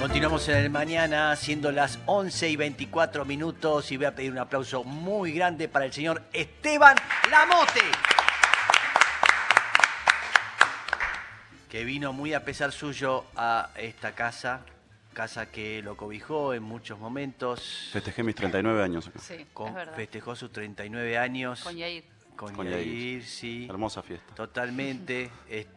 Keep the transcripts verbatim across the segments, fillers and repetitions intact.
Continuamos en el mañana, siendo las once y veinticuatro minutos, y voy a pedir un aplauso muy grande para el señor Esteban Lamote, que vino muy a pesar suyo a esta casa, casa que lo cobijó en muchos momentos. Festejé mis treinta y nueve años acá. Sí, Con, es verdad. Festejó sus treinta y nueve años. Con Yair. Con, Con Yair, Yair. sí. Hermosa fiesta. Totalmente.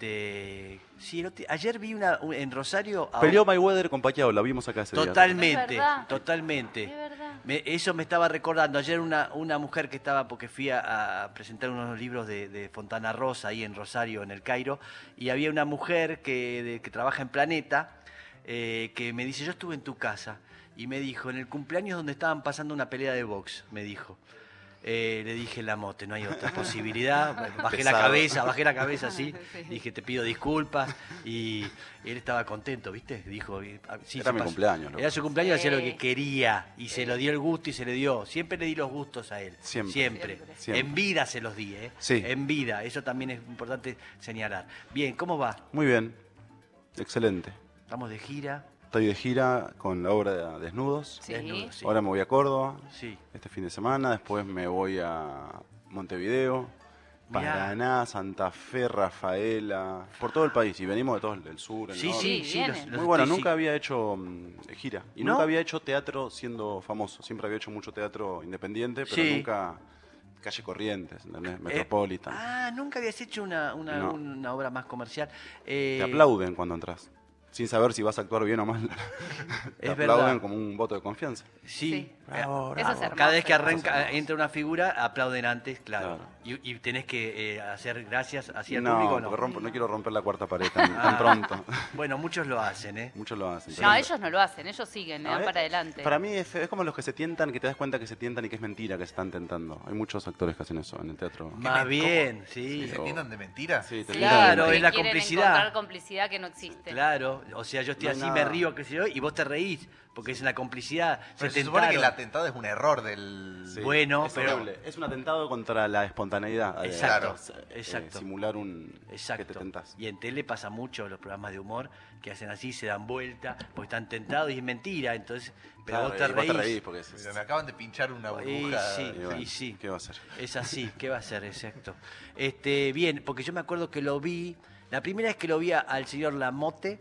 este, sí, no te- ayer vi una un- en Rosario. a- Peleó Mayweather con Pacquiao, la vimos acá ese día. Totalmente, Es verdad. totalmente. Es verdad. Me- eso me estaba recordando. Ayer una, una mujer que estaba, porque fui a, a presentar unos libros de, de Fontana Rosa ahí en Rosario, en el Cairo, y había una mujer que, de- que trabaja en Planeta, eh, que me dice, yo estuve en tu casa, y me dijo, en el cumpleaños donde estaban pasando una pelea de box, me dijo. Eh, le dije, Lamote, no hay otra posibilidad. Bajé la Pesado. cabeza, bajé la cabeza así. Sí. Dije, te pido disculpas. Y él estaba contento, ¿viste? Dijo, ah, sí, Era se mi pasó. cumpleaños, loco. Era su cumpleaños, hacía lo Sí. que quería. Y se Sí. lo dio el gusto y se le dio. Siempre le di los gustos a él. Siempre. Siempre. Siempre. Siempre. En vida se los di, ¿eh? Sí. En vida. Eso también es importante señalar. Bien, ¿cómo va? Muy bien. Excelente. Estamos de gira. Estoy de gira con la obra de Desnudos. Sí. Desnudos, sí. Ahora me voy a Córdoba Sí. este fin de semana. Después me voy a Montevideo, Mirá. Paraná, Santa Fe, Rafaela. Por todo el país. Y venimos de todo el sur, el Sí, norte. sí, Sí, sí. vienen. los- los Muy bueno, estoy- nunca había hecho mm, gira. Y ¿No? nunca había hecho teatro siendo famoso. Siempre había hecho mucho teatro independiente, pero Sí. nunca Calle Corrientes, ¿entendés? Metropolitan. Eh, ah, nunca habías hecho una, una, No. una obra más comercial. Eh, Te aplauden cuando entras. Sin saber si vas a actuar bien o mal. Te Es aplauden verdad. como un voto de confianza. Sí. Sí. Bravo, Eso es bravo. hermoso. Cada vez que Eso es arranca, hermoso. entra una figura, aplauden antes, claro. Claro. Y, y tenés que eh, hacer gracias hacia el No, público, ¿no? porque rompo- no quiero romper la cuarta pared tan, Ah. tan pronto. Bueno, muchos lo hacen, ¿eh? Muchos lo hacen. No, pero- ellos no lo hacen, ellos siguen, le No, dan eh, para adelante. Para mí es, es como los que se tientan, que te das cuenta que se tientan y que es mentira, que se están tentando. Hay muchos actores que hacen eso en el teatro. Más ¿Cómo? bien, sí. ¿Se tiendan de mentira? Sí, te Sí, tiran Claro, de- es la quieren complicidad. encontrar complicidad que no existe. Claro, o sea, yo estoy No hay así, nada. me río, qué sé yo, y vos te reís, porque es una complicidad. Pero se se supone que el tentaron. atentado es un error del... Sí, Bueno, es pero- horrible. Es un atentado contra la espontaneidad. de- Exacto, eh, exacto. simular un que te Exacto. tentás. Y en tele pasa mucho los programas de humor que hacen así, se dan vuelta, porque están tentados y es mentira, entonces, pero Claro, vos te y reís. reís porque es, Mira, me acaban de pinchar una Y burbuja. sí. y bueno, Y sí. ¿qué va a hacer? Es así, ¿qué va a ser? Exacto. Este, bien, porque yo me acuerdo que lo vi, la primera vez que lo vi a- al señor Lamote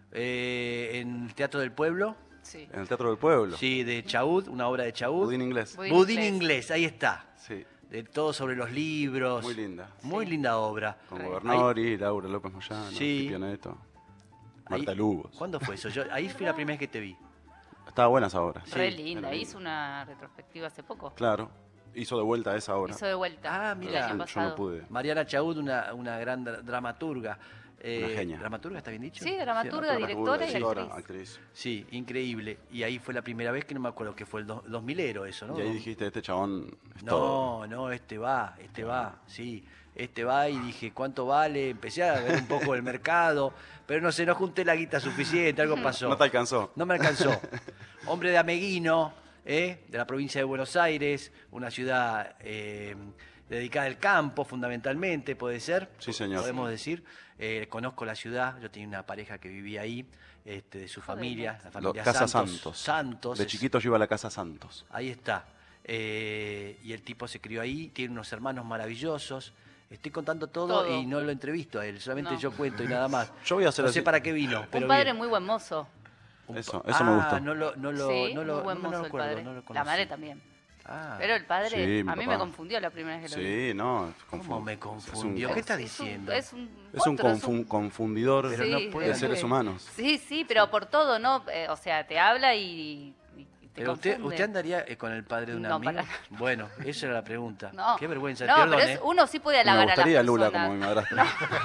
eh, en el Teatro del Pueblo, Sí. En el Teatro del Pueblo. sí, de Chaud, una obra de Chaud. Budín inglés. Budín Budín inglés. inglés, ahí está. Sí, De todo sobre los libros. muy linda. Muy Sí. linda obra. Con Re. Gobernori, Laura López Moyano, Sí. Pipio Neto, Ahí- Marta Lugos. ¿Cuándo fue eso? Yo, ahí fui la primera vez que te vi. Estaba buena esa obra. Re Sí, linda, era hizo una retrospectiva hace poco. Claro. Hizo de vuelta esa obra. Hizo de vuelta. Ah, el mira. año Yo pasado. no pude. Mariana Chaud, una, una gran dra- dramaturga. Eh, Una genia. ¿Dramaturga está bien dicho? Sí, dramaturga, Sí, directora y Directora, actriz. actriz. Sí, increíble. Y ahí fue la primera vez que no me acuerdo que fue el do- dos milero eso, ¿no? Y ahí dijiste, este chabón es No, todo. no, este va, este va, sí. Este va y dije, ¿cuánto vale? Empecé a ver un poco el mercado, pero no sé, no junté la guita suficiente, algo pasó. No te alcanzó. No me alcanzó. Hombre de Ameguino, ¿eh? De la provincia de Buenos Aires, una ciudad eh, dedicada al campo fundamentalmente, ¿puede ser? Sí, señor. Podemos decir. Eh, conozco la ciudad, yo tenía una pareja que vivía ahí, este, de su Joder. familia, la Lo- familia Casa Santos. Santos. Santos. De es- chiquito yo iba a la Casa Santos. Ahí está. Eh, y el tipo se crió ahí, tiene unos hermanos maravillosos. Estoy contando todo, Todo. y no lo entrevisto a él, solamente No. yo cuento y nada más. Yo voy a hacer No sé así- para qué vino, pero Un padre bien. muy buen mozo. Un Eso, pa- eso me Ah, gustó. no lo, no lo, Sí, no lo, muy buen no me mozo lo el acuerdo, padre. no lo La conocí. madre también. Ah, Pero el padre, Sí, mi a mí papá. me confundió la primera vez que lo vi. Sí, no. ¿Cómo me Es un- confundió? ¿Qué estás Es un- diciendo? Es un, Es un, otro, es confun- un- confundidor Pero Sí, no de puede seres ser. humanos. Sí, sí, pero por todo, ¿no? Eh, o sea, te habla y, y te Pero usted, confunde. ¿Usted andaría eh, con el padre de un No, amigo? para- Bueno, esa era la pregunta. No. Qué vergüenza, No, perdón, pero es- ¿eh? uno sí puede Me halagar a las gustaría personas. Lula como mi madrastra.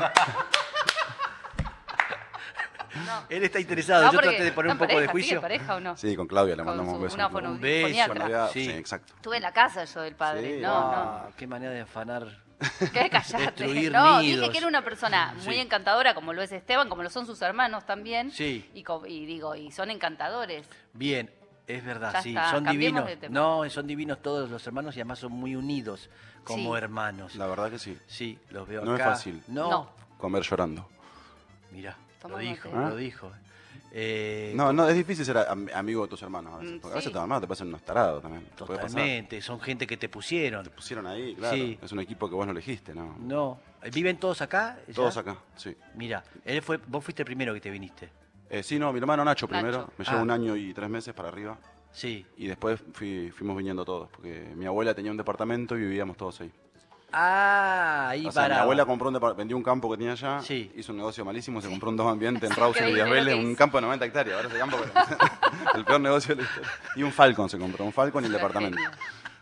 No. Él está interesado, No, yo porque traté de poner un ¿están poco de pareja? ¿Sigue juicio. pareja o no? Sí, con Claudia le Con mandamos su- un beso. una Claudia. fono- Un beso. foniatra. Sonoridad, Sí. sí, exacto. Estuve en la casa yo del padre. Sí. No, Ah, qué manera de afanar. no. ¿Qué callate? Destruir No, nidos. dije que era una persona muy Sí. encantadora, como lo es Esteban, como lo son sus hermanos también. Sí. Y, co- y digo, y son encantadores. Bien, es verdad, Ya sí, está, son cambiemos divinos. de tema. No, son divinos todos los hermanos y además son muy unidos como Sí. hermanos. La verdad que sí. Sí, los veo No es acá. fácil. No, No. Comer llorando. mira, lo Tomá dijo, mate. lo dijo. Eh, No, no, es difícil ser am- amigo de tus hermanos a veces. Mm, Porque a veces sí. tus hermanos te pasan unos tarados también. Te puede pasar. Totalmente, son gente que te pusieron. Te pusieron ahí, claro. Sí. Es un equipo que vos no elegiste, ¿no? No, ¿viven todos acá? ya? Todos acá, sí. Mira, él fue, vos fuiste el primero que te viniste. Eh, sí, no, mi hermano Nacho primero. Nacho. Me llevó Ah. un año y tres meses para arriba. Sí. Y después fui- fuimos viniendo todos. Porque mi abuela tenía un departamento y vivíamos todos ahí. Ah, ahí O sea, mi paraba. abuela compró un depart- vendió un campo que tenía allá, Sí. hizo un negocio malísimo, se compró un dos ambientes en Es Rawson y increíble Villas lo Vélez, que un hizo. campo de noventa hectáreas. Ahora ese campo, pero- el peor negocio de la historia. Y un Falcon se compró, un Falcon y el Una departamento. genia.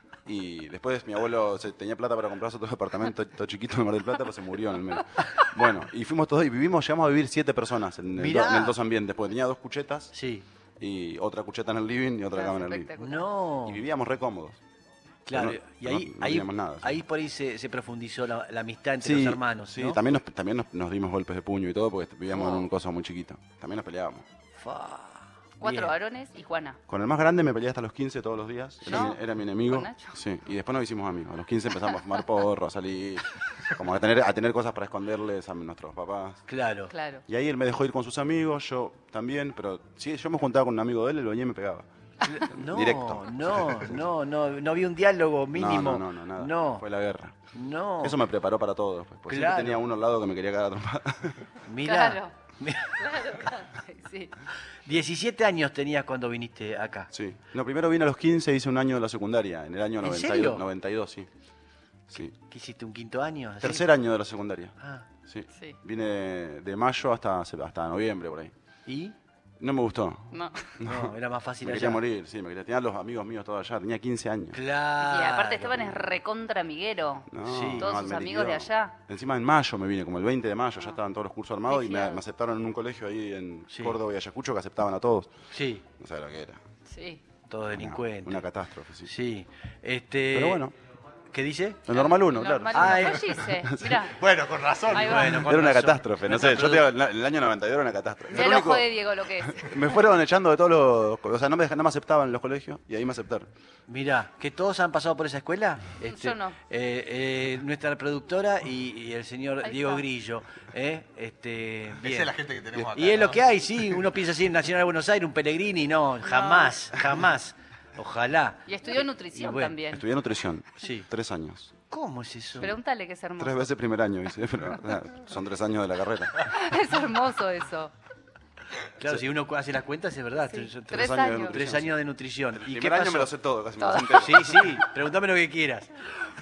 Y después mi abuelo se, tenía plata para comprarse otro departamento todo chiquito en Mar del Plata, pues se murió en el medio. Bueno, y fuimos todos y vivimos, llegamos a vivir siete personas en el, Mirá. do- en el dos ambientes, porque tenía dos cuchetas Sí. y otra cucheta en el living y otra Claro, cama en el living. espectacular. No. Y vivíamos re cómodos. Claro, Pero no- y ahí, no- no ahí, teníamos nada, sí. ahí por ahí se, se profundizó la, la amistad entre los hermanos, sí, ¿no? también, nos, también nos, nos dimos golpes de puño y todo porque vivíamos Oh. en un coso muy chiquito. También nos peleábamos. Fa, Cuatro bien. varones y Juana. Con el más grande me peleé hasta los quince todos los días. Era, ¿No? mi, era mi enemigo. ¿Con Nacho? Sí, y después nos hicimos amigos. A los quince empezamos a fumar porro, a salir, como a tener, a tener cosas para esconderles a nuestros papás. Claro. Claro. Y ahí él me dejó ir con sus amigos, yo también, pero sí, yo me juntaba con un amigo de él, el venía y me pegaba. No, Directo. no, no, no, no había un diálogo mínimo. No, no, no, no, nada. No, Fue la guerra. no. Eso me preparó para todo después. Porque Claro. siempre tenía uno al lado que me quería cagar a trompada. Mirá, Claro. mi- Claro, claro. Sí. diecisiete años tenías cuando viniste acá. Sí. No, primero vine a los quince, hice un año de la secundaria, en el año ¿En noventa y serio? dos, noventa y dos, sí. Sí. ¿Qué hiciste, un quinto año? así? Tercer año de la secundaria. Ah, Sí. Sí. Vine de, de mayo hasta, hasta noviembre por ahí. ¿y? No me gustó. No. No, era más fácil Me allá. quería morir, sí, me quería. Tenía los amigos míos todos allá, tenía quince años. Claro. Y aparte Esteban es recontra amiguero. No, Sí. Todos no, sus me amigos de liquidió. allá. Encima en mayo me vine, como el veinte de mayo, ya Ah. estaban todos los cursos armados y me, Regiado. me aceptaron en un colegio ahí en Sí. Córdoba y Ayacucho que aceptaban a todos. Sí, No sabía lo que era. Sí. todo Una- delincuente. Una, catástrofe, sí. Sí. Este, Pero bueno, ¿qué dice? el normal uno, claro. Normal Ah, uno. eh. Fallice. Mirá. Bueno, con razón. Ahí va. Bueno, con Era una razón. catástrofe, no sé. Nuestra Yo te digo, en la- en el año noventa y dos era una catástrofe. Mirá Lo el único- ojo de Diego lo que es. Me fueron echando de todos los... O sea, no me, dej- no me aceptaban en los colegios y ahí me aceptaron. Mirá, que todos han pasado por esa escuela. Yo no. eh, eh, nuestra productora y, y el señor Ahí Diego está. Grillo. eh, este, Esa bien. es la gente que tenemos acá. Y es ¿no? lo que hay, sí. Uno piensa así en Nacional de Buenos Aires, un Pellegrini, no, jamás, jamás. Ojalá. Y estudió nutrición Y bueno, también. Estudié nutrición. Sí. Tres años. ¿Cómo es eso? Pregúntale que es hermoso. Tres veces primer año hice, pero o sea, son tres años de la carrera. Es hermoso eso. Claro, si uno hace las cuentas, es verdad. Sí, Son tres años de años. nutrición. Tres años de nutrición. El ¿Y qué primer año pasó? me lo sé todo, casi me lo Todo. sé entero. Sí, sí, pregúntame lo que quieras.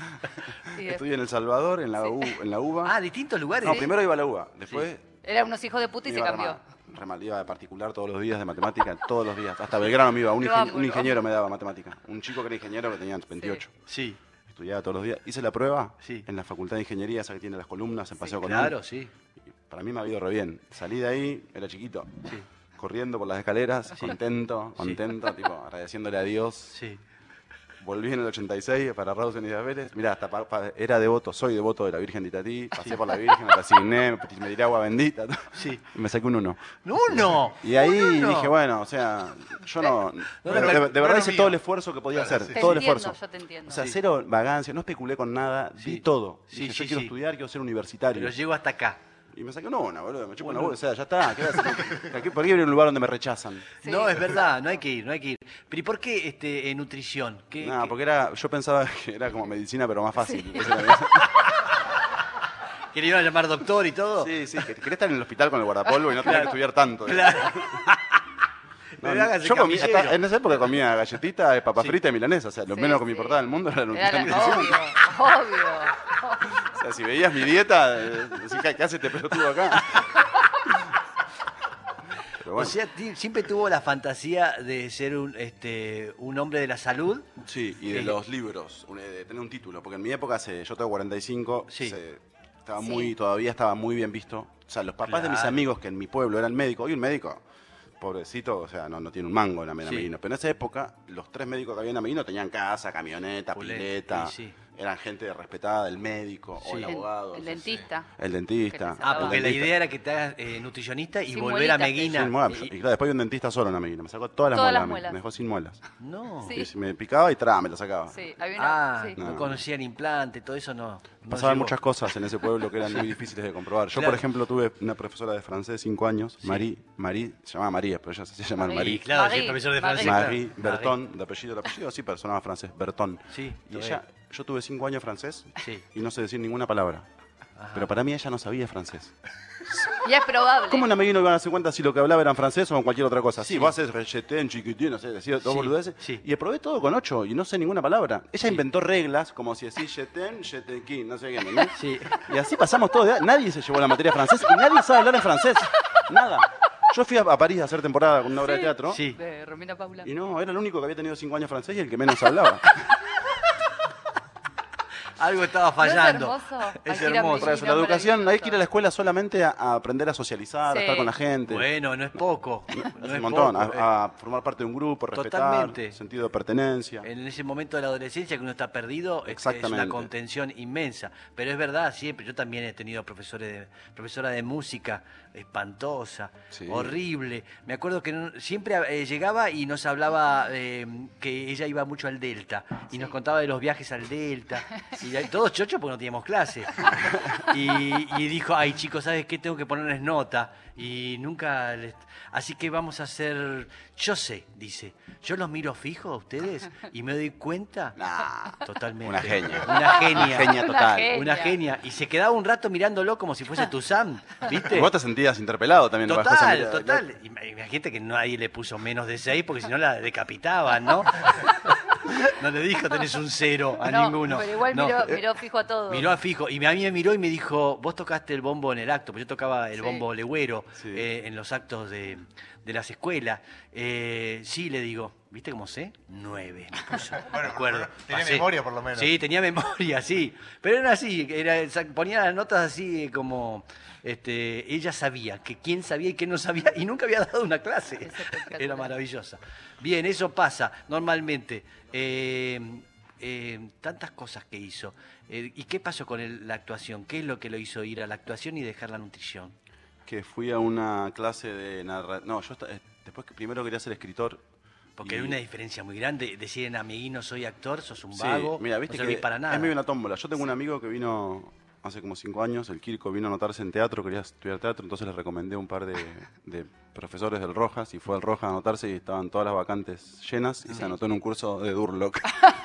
Y de- Estudié en El Salvador, en la, U, en la UBA. Ah, distintos lugares. no, ¿eh? primero iba a la UBA, después Era unos hijos de puta y se iba a cambió. Ramal. Ramal, iba de particular todos los días de matemática, todos los días. Hasta Belgrano me iba, un, Lo ingen- amo, un lo ingeniero me daba matemática. Un chico que era ingeniero que tenía veintiocho. Sí, Estudiaba todos los días. Hice la prueba Sí. en la Facultad de Ingeniería, esa que tiene las columnas, en Paseo Colón. claro, sí. Y para mí me ha ido re bien. Salí de ahí, era chiquito, Sí. corriendo por las escaleras, contento, contento, tipo agradeciéndole a Dios. Sí. Volví en el ochenta y seis para Rawson y Vélez. Mirá, hasta pa- pa- era devoto, soy devoto de la Virgen de Itatí. Pasé por la Virgen, me persigné, me, me tiré agua bendita. todo. Sí. Y me saqué un uno. ¡Uno! Y ahí ¡Un uno! dije, bueno, o sea, yo no. No, de, no, de- de no verdad lo hice mío. todo el esfuerzo que podía hacer. Te Todo el entiendo, esfuerzo. yo te entiendo. O sea, Sí. cero vagancia, no especulé con nada, Sí. di todo. Sí, Dije, sí, yo quiero sí. estudiar, quiero ser universitario. Pero llego hasta acá. Y me saqué un una, boludo, me chupo una Boludo. bola, o sea, ya está. ¿Qué voy a hacer? ¿Por qué por qué ir a un lugar donde me rechazan? Sí. No, es verdad, no hay que ir, no hay que ir. Pero ¿y por qué este, eh, nutrición? ¿Qué, No, qué- porque era, yo pensaba que era como medicina, pero más fácil. Esa era mi- ¿Que le iban a llamar doctor y todo? Sí, sí, que quería estar en el hospital con el guardapolvo y no tener que estudiar tanto. Claro. No, Pero hágase yo comía, camillero. hasta- en esa época comía galletitas, eh, papa Sí. frita y milanesa. O sea, lo Sí, menos que me sí. importaba del mundo era la Era nutrición. la- y nutrición. obvio, obvio. O sea, si veías mi dieta, eh, decís, ¿qué qué hace este pelotudo acá? Pero O bueno, sea, ti- siempre tuvo la fantasía de ser un, este, un hombre de la salud. sí, y de eh, los libros, un- de tener un título. Porque en mi época, se- yo tengo cuarenta y cinco, Sí. se- estaba Sí. muy, todavía estaba muy bien visto. O sea, los papás de mis Claro. amigos que en mi pueblo eran médicos, hoy un médico, pobrecito, o sea, no, no tiene un mango en Sí. Ameguino. Pero en esa época, los tres médicos que había en Ameguino tenían casa, camioneta, Pulenta, pileta, y sí. eran gente respetada, el médico o Sí. el El, abogado. el sí, sí. dentista. El dentista. Que te Ah, Ah, porque el la dentista. idea era que te hagas eh, nutricionista y Sin volver a muelitas, Meguina. Sin muelas. Y- Y claro, después vi un dentista solo en la Meguina. Me sacó todas las Todas las muelas. a mí, muelas. Me dejó sin muelas. No. Sí. Y si me picaba y tra, me la sacaba. Sí, había una. Ah, sí. no, No. conocían implante, todo eso no. no Pasaban llegó. muchas cosas en ese pueblo que eran muy difíciles de comprobar. Yo, Claro. por ejemplo, tuve una profesora de francés cinco años, Sí. Marie, Marie, se llamaba María, pero ella se hacía llamar Marie. Marie. Sí, claro, Marie, sí, profesor de Marie. francés. claro. Marie Berton, de apellido, de apellido, sí, pero sonaba francés, Berton. Sí, Y lo ella, yo tuve cinco años francés Sí. y no sé decir ninguna palabra. Ajá. Pero para mí ella no sabía francés. Y es probable. ¿Cómo en la Meguino iban a darse cuenta si lo que hablaba era en francés o en cualquier otra cosa? Sí, Sí. vos haces recheté, chiquitín, no sé, decía dos Sí, boludeces. sí. Y aprobé todo con ocho y no sé ninguna palabra. Ella inventó reglas como si decís jetén, jetequín, no sé qué, ¿no? Sí. Y así pasamos todo. de- Nadie se llevó la materia francés y nadie sabe hablar en francés. Nada. Yo fui a, a París a hacer temporada con una obra de teatro. Sí. De Romina Paula. Y no, era el único que había tenido cinco años francés y el que menos hablaba. Algo estaba ¿No fallando. es hermoso? Hay Es que ir a hermoso. Por eso, Meguina, la educación, maravilloso. hay que ir a la escuela solamente a, a aprender a socializar, Sí. a estar con la gente. Bueno, no es poco. Es No un es montón, poco. eh. a, a formar parte de un grupo, respetar, Totalmente. sentido de pertenencia. En ese momento de la adolescencia que uno está perdido, es- es una Exactamente. contención inmensa. Pero es verdad, siempre. Yo también he tenido profesores de, profesora de música espantosa, Sí. horrible. Me acuerdo que no- siempre eh, llegaba y nos hablaba eh, que ella iba mucho al Delta y nos contaba de los viajes al Delta. Y ahí- todos chochos porque no teníamos clase. Y, y dijo, ay chicos, ¿sabes qué? Tengo que ponerles nota. Y nunca les... Así que vamos a hacer... Yo sé, dice. Yo los miro fijo a ustedes y me doy cuenta... Nah, Totalmente. una genia. Una genia. Una genia total. genia. Una genia. Y se quedaba un rato mirándolo como si fuese tu Sam, ¿viste? Y vos te sentías interpelado también. ¿no? Vas a Total, sentir- total. Ima- Imagínate que nadie le puso menos de seis porque si no la decapitaban, ¿no? No le dijo tenés un cero a No, ninguno. Pero igual No. miró, miró fijo a todos. Miró a fijo. Y a mí me miró y me dijo, vos tocaste el bombo en el acto, porque yo tocaba el Sí. bombo legüero Sí. eh, en los actos de, de las escuelas. Eh, sí, le digo, ¿viste cómo sé? Nueve. Me puso, me acuerdo. bueno, tenía Pasé. memoria por lo menos. Sí, tenía memoria, sí. Pero era así, era, sa- ponía las notas así como... Este, ella sabía que quién sabía y quién no sabía y nunca había dado una clase. Es espectacular. Era maravillosa. Bien, eso pasa normalmente. Eh, eh, tantas cosas que hizo. Eh, ¿Y qué pasó con el- la actuación? ¿Qué es lo que lo hizo ir a la actuación y dejar la nutrición? Que fui a una clase de narrativa. No, yo esta- eh, después que primero quería ser escritor. Porque y- hay una diferencia muy grande. Decir en amiguino soy actor, sos un Sí, vago, mira, viste no servís que para nada. es medio una tómbola. Yo tengo un amigo que vino hace como cinco años, el Kirko, vino a anotarse en teatro, quería estudiar teatro, entonces le recomendé un par de, de profesores del Rojas y fue al Rojas a anotarse y estaban todas las vacantes llenas y se anotó en un curso de Durlock.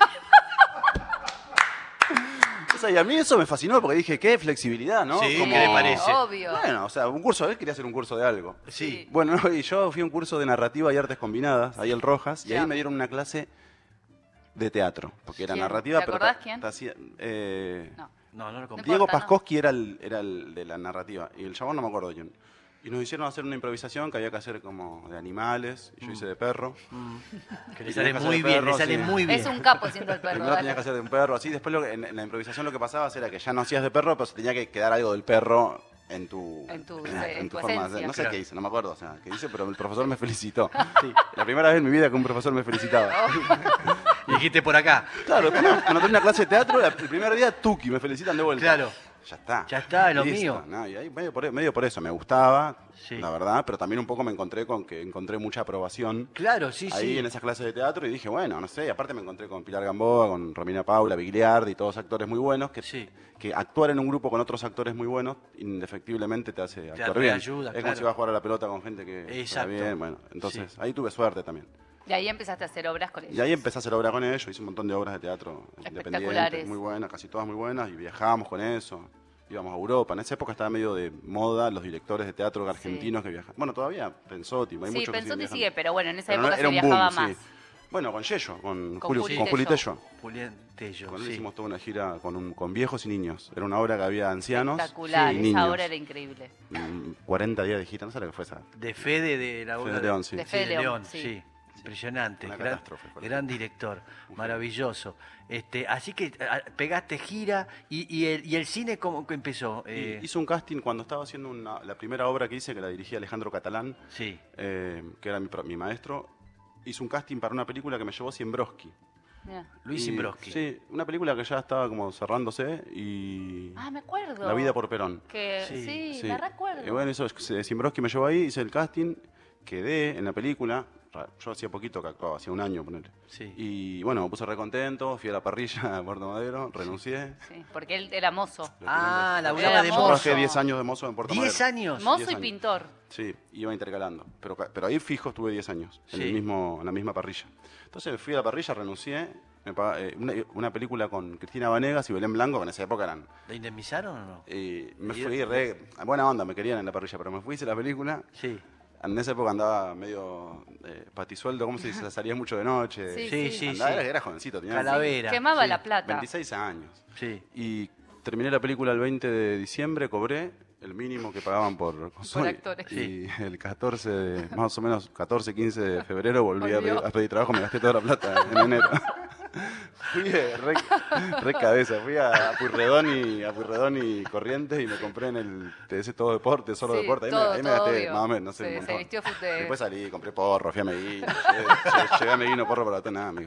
O sea, y a mí eso me fascinó porque dije, qué flexibilidad, ¿no? Sí, Como- ¿qué le parece? Obvio. Bueno, o sea, un curso, él quería hacer un curso de algo. Sí. Bueno, y yo fui a un curso de narrativa y artes combinadas, ahí el Rojas, y Ya. ahí me dieron una clase de teatro, porque era ¿Quién? narrativa, ¿Te pero acordás ta- quién? ta- hacía- eh, No. No, no lo compré. Diego importa, ¿no? Paskowski era el, era el de la narrativa, y el chabón no me acuerdo quién. Y nos hicieron hacer una improvisación que había que hacer como de animales, y yo hice de perro. Que le Y sale tenés que muy hacer bien, perro, le sale sí. muy bien. Es un capo siendo el perro. Primero dale. tenías que hacer de un perro, así, después lo que- en, en la improvisación lo que pasaba era que ya no hacías de perro, pero se tenía que quedar algo del perro en tu, En tu- en, sí, en en tu tu forma. esencia. No sé Claro. qué hice, no me acuerdo, o sea, qué hice, pero el profesor me felicitó. La primera vez en mi vida que un profesor me felicitaba. Y dijiste por acá. Claro, después me anoté en una clase de teatro, la- el primer día, Tuki, me felicitan de vuelta. Claro. Ya está. Ya está, es lo Listo, mío. ¿no? Y ahí medio por, medio por eso, me gustaba, Sí. la verdad, pero también un poco me encontré con que encontré mucha aprobación Claro, sí, ahí sí. en esas clases de teatro y dije, bueno, no sé, y aparte me encontré con Pilar Gamboa, con Romina Paula, Bigliardi y todos actores muy buenos, que, Sí. que actuar en un grupo con otros actores muy buenos indefectiblemente te hace actuar bien. reayuda, es como claro. si vas a jugar a la pelota con gente que juega Exacto. bien, bueno, entonces Sí. ahí tuve suerte también. Y ahí empezaste a hacer obras con ellos. Y ahí empecé a hacer obra con ellos, hice un montón de obras de teatro independientes, Espectaculares. muy buenas, casi todas muy buenas, y viajábamos con eso. Íbamos a Europa. En esa época estaba medio de moda los directores de teatro argentinos que viajaban. Bueno, todavía Pensotti, hay Sí, muchos que siguen Pensotti viajando. sigue, pero bueno, en esa Pero no- época era se un boom, viajaba sí. más. Bueno, con Yello, con, Con Julio, Juli con Juli Tello. Tello. Julián Tello, Con él sí. hicimos toda una gira con, un, con viejos y niños. Era una obra que había ancianos Espectacular, y esa niños. obra era increíble. Mm, cuarenta días de gira, no sé lo que fue esa. De Fede de la Fede obra León, sí. De Sí, Fede de León, León, sí. sí. Impresionante. Una gran, catástrofe fue. gran director, maravilloso. Este, así que a- pegaste gira y, y, el, y el cine cómo que empezó. Y Eh, hice un casting cuando estaba haciendo una- la primera obra que hice, que la dirigía Alejandro Catalán, sí. eh, que era mi, pro- mi maestro. Hice un casting para una película que me llevó Siembroski. Mirá. Luis Y, Zimbroski. Sí, una película que ya estaba como cerrándose y... Ah, me acuerdo. La vida por Perón. Que, Sí, sí, Sí. la recuerdo. Y bueno, eso, es- Zimbroski me llevó ahí, hice el casting, quedé en la película. Yo hacía poquito que actuaba, hacía un año, ponele. Sí. Y bueno, me puse recontento, fui a la parrilla a Puerto Madero, renuncié. Sí, porque él era mozo. Ah, la laburaba de Era Yo mozo. trabajé mozo. diez años de mozo en Puerto ¿Diez Madero. años? Mozo diez y años. pintor. Sí, iba intercalando. Pero, ca- pero ahí fijo estuve diez años, en, Sí. el mismo, en la misma parrilla. Entonces fui a la parrilla, renuncié. Me pag- eh, una, una película con Cristina Vanegas y Belén Blanco, que en esa época eran... ¿La indemnizaron o no? Y me ¿Y- fui re... Buena onda, me querían en la parrilla, pero me fui, hice la película. Sí. En esa época andaba medio eh, patisueldo, ¿cómo se dice? Salía mucho de noche. Sí, Sí, sí, Andaba, sí. Era, era jovencito, tenía Calavera. Quemaba Sí. la plata. veintiséis años. Sí. Y terminé la película el veinte de diciembre, cobré el mínimo que pagaban por, Por actores. Y el catorce, de, más o menos catorce, quince de febrero volví a Volvió. pedir, a pedir trabajo, me gasté toda la plata en enero. Fui eh, re, re cabeza, fui a Puyredón y, a Puyredón y Corrientes y me compré en el T D C Todo Deporte, solo Sí, deporte, ahí, todo, me, ahí me todo gasté obvio. más o menos, no sé, Sí, un se montón. vistió fut- de- Después salí, compré porro, fui a Meguino, llegué, llegué- llegué a Meguino, porro para nada. Me, me-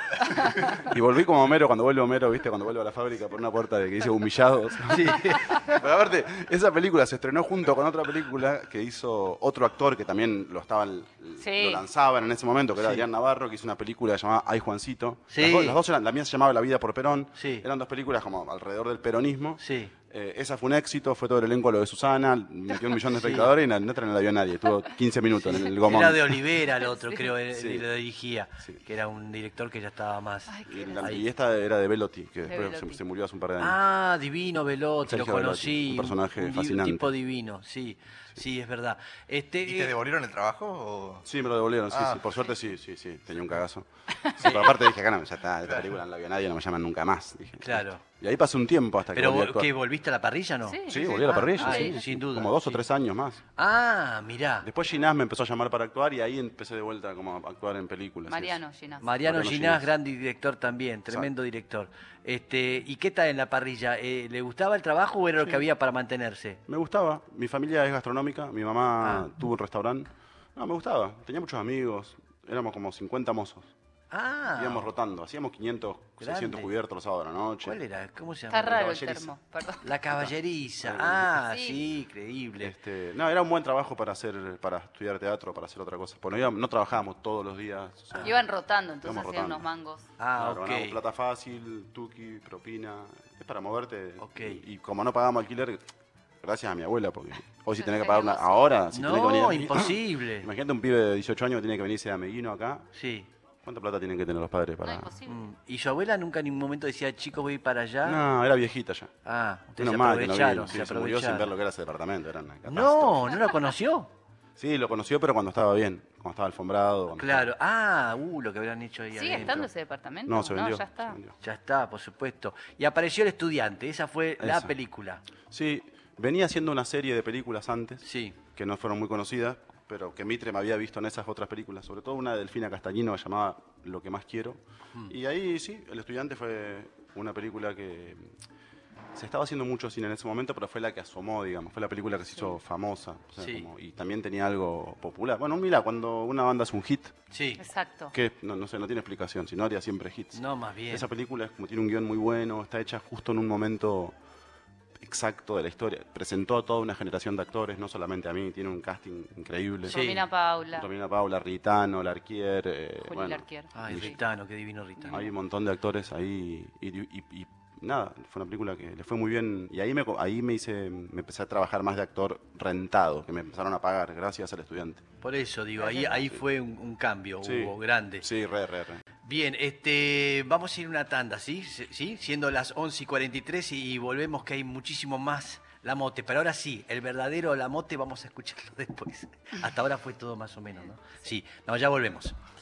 Y volví como Homero, cuando vuelve Homero, viste, cuando vuelve a la fábrica por una puerta de que dice humillados. Sí. Pero aparte, esa película se estrenó junto con otra película que hizo otro actor que también lo estaban, Sí. lo lanzaban en ese momento, que era Sí. Adrián Navarro, que hizo una película llamada Ay Juancito. Sí. Las, dos, las dos eran, la mía se llamaba La vida por Perón. Sí. Eran dos películas como alrededor del peronismo. Sí. Eh, esa fue un éxito, fue todo el elenco lo de Susana, metió un millón de Sí. espectadores y en la neta no la vio nadie, estuvo quince minutos en el gomón. Era de Olivera el otro, Sí. creo, el, Sí. el lo dirigía. Sí. Que era un director que ya estaba más. Ay, Y, qué la- gracioso. y esta era de Velotti, que después se, Velotti. se murió hace un par de años. Ah, divino Velotti, Sergio lo conocí. Velotti, un personaje di- fascinante. tipo divino, sí. Sí, es verdad. Este, ¿Y te eh, devolvieron el trabajo? O... Sí, me lo devolvieron, sí, Ah. sí. Por suerte sí, sí, sí. Tenía un cagazo. Sí, pero aparte dije, acá no, ya está, esta película no la vio nadie, no me llaman nunca más. Dije. Claro. Y ahí pasó un tiempo hasta que Pero volví a vos, actuar. ¿qué, volviste a la parrilla no? Sí. Sí, volví a la Ah, parrilla, ah, sí. sí, sin duda, Como dos o sí. tres años más. Ah, mirá. Después Ginás me empezó a llamar para actuar y ahí empecé de vuelta como a actuar en películas. y Mariano eso. Ginás. Mariano Mariano Ginás, Ginás. gran director también, tremendo director. Este, ¿y qué tal en la parrilla? Eh, ¿Le gustaba el trabajo o era lo Sí. que había para mantenerse? Me gustaba. Mi familia es gastronómica, mi mamá Ah. tuvo un restaurante. No, me gustaba. Tenía muchos amigos. Éramos como cincuenta mozos. Ah, Íbamos rotando. Hacíamos quinientos, seiscientos Grande. cubiertos los sábados a la noche. ¿cuál era? ¿Cómo se llama? Está raro el caballeriza. termo, perdón. La caballeriza. Sí. Ah, Sí. sí, creíble. Este, no, era un buen trabajo para hacer, para estudiar teatro, para hacer otra cosa. Porque no, íbamos- no trabajábamos todos los días. o sea, Iban rotando, entonces Íbamos hacían rotando. unos mangos. Ah, claro, ganábamos ok. plata fácil, tuki, propina. Es para moverte. Ok. Y, y como no pagamos alquiler, gracias a mi abuela, porque hoy si Sí, tenés que pagar una. sería Ahora, si tenés que venir No, a- imposible. Imagínate un pibe de dieciocho años que tiene que venirse a Meguino acá. Sí. ¿Cuánta plata tienen que tener los padres No, para.? imposible. Mm. ¿Y su abuela nunca en ningún momento decía, chicos, voy para allá? No, era viejita ya. Ah, ustedes Menos se mal que no aprovecharon, vino. se Sí, se murió sin aprovecharon. ver lo que era ese departamento. Era una catástrofe. No, ¿no la conoció? Sí, lo conoció, pero cuando estaba bien. Cuando estaba alfombrado. cuando Claro. Ah, uh, lo que habrán hecho ahí ¿Sigue adentro. estando ese departamento? estaba- No, se vendió. ya está. se vendió. Ya está, por supuesto. Y apareció El Estudiante, esa fue la Esa. película. Sí, venía haciendo una serie de películas antes. Sí. Que no fueron muy conocidas, pero que Mitre me había visto en esas otras películas, sobre todo una de Delfina Castañino que llamaba Lo que más quiero. Mm. Y ahí sí, El Estudiante fue una película que se estaba haciendo mucho cine en ese momento, pero fue la que asomó, digamos, fue la película que se hizo famosa. o sea, Sí. como- y también tenía algo popular. Bueno, mira, cuando una banda es un hit, Sí. Exacto. que no, no sé, no tiene explicación, si no haría siempre hits. No, más bien. Esa película es como tiene un guión muy bueno, está hecha justo en un momento exacto de la historia. Presentó a toda una generación de actores, no solamente a mí, tiene un casting increíble. Sí. Romina Paula, Romina Paula, Ritano, Larquier, eh, Juli bueno, Larquier. Ay, Sí. Ritano, qué divino Ritano. hay un montón de actores ahí y, y- y nada, fue una película que le fue muy bien y ahí me co- ahí me hice me empecé a trabajar más de actor rentado, que me empezaron a pagar gracias al Estudiante. Por eso digo, ahí, ahí fue un, un cambio, Sí. hubo grande. Sí, re, re, re. Bien, este, vamos a ir a una tanda, ¿sí? ¿Sí? Siendo las once y cuarenta y tres y volvemos que hay muchísimo más La Mote. Pero ahora sí, el verdadero La Mote vamos a escucharlo después. Hasta ahora fue todo más o menos, ¿no? Sí, no, ya volvemos.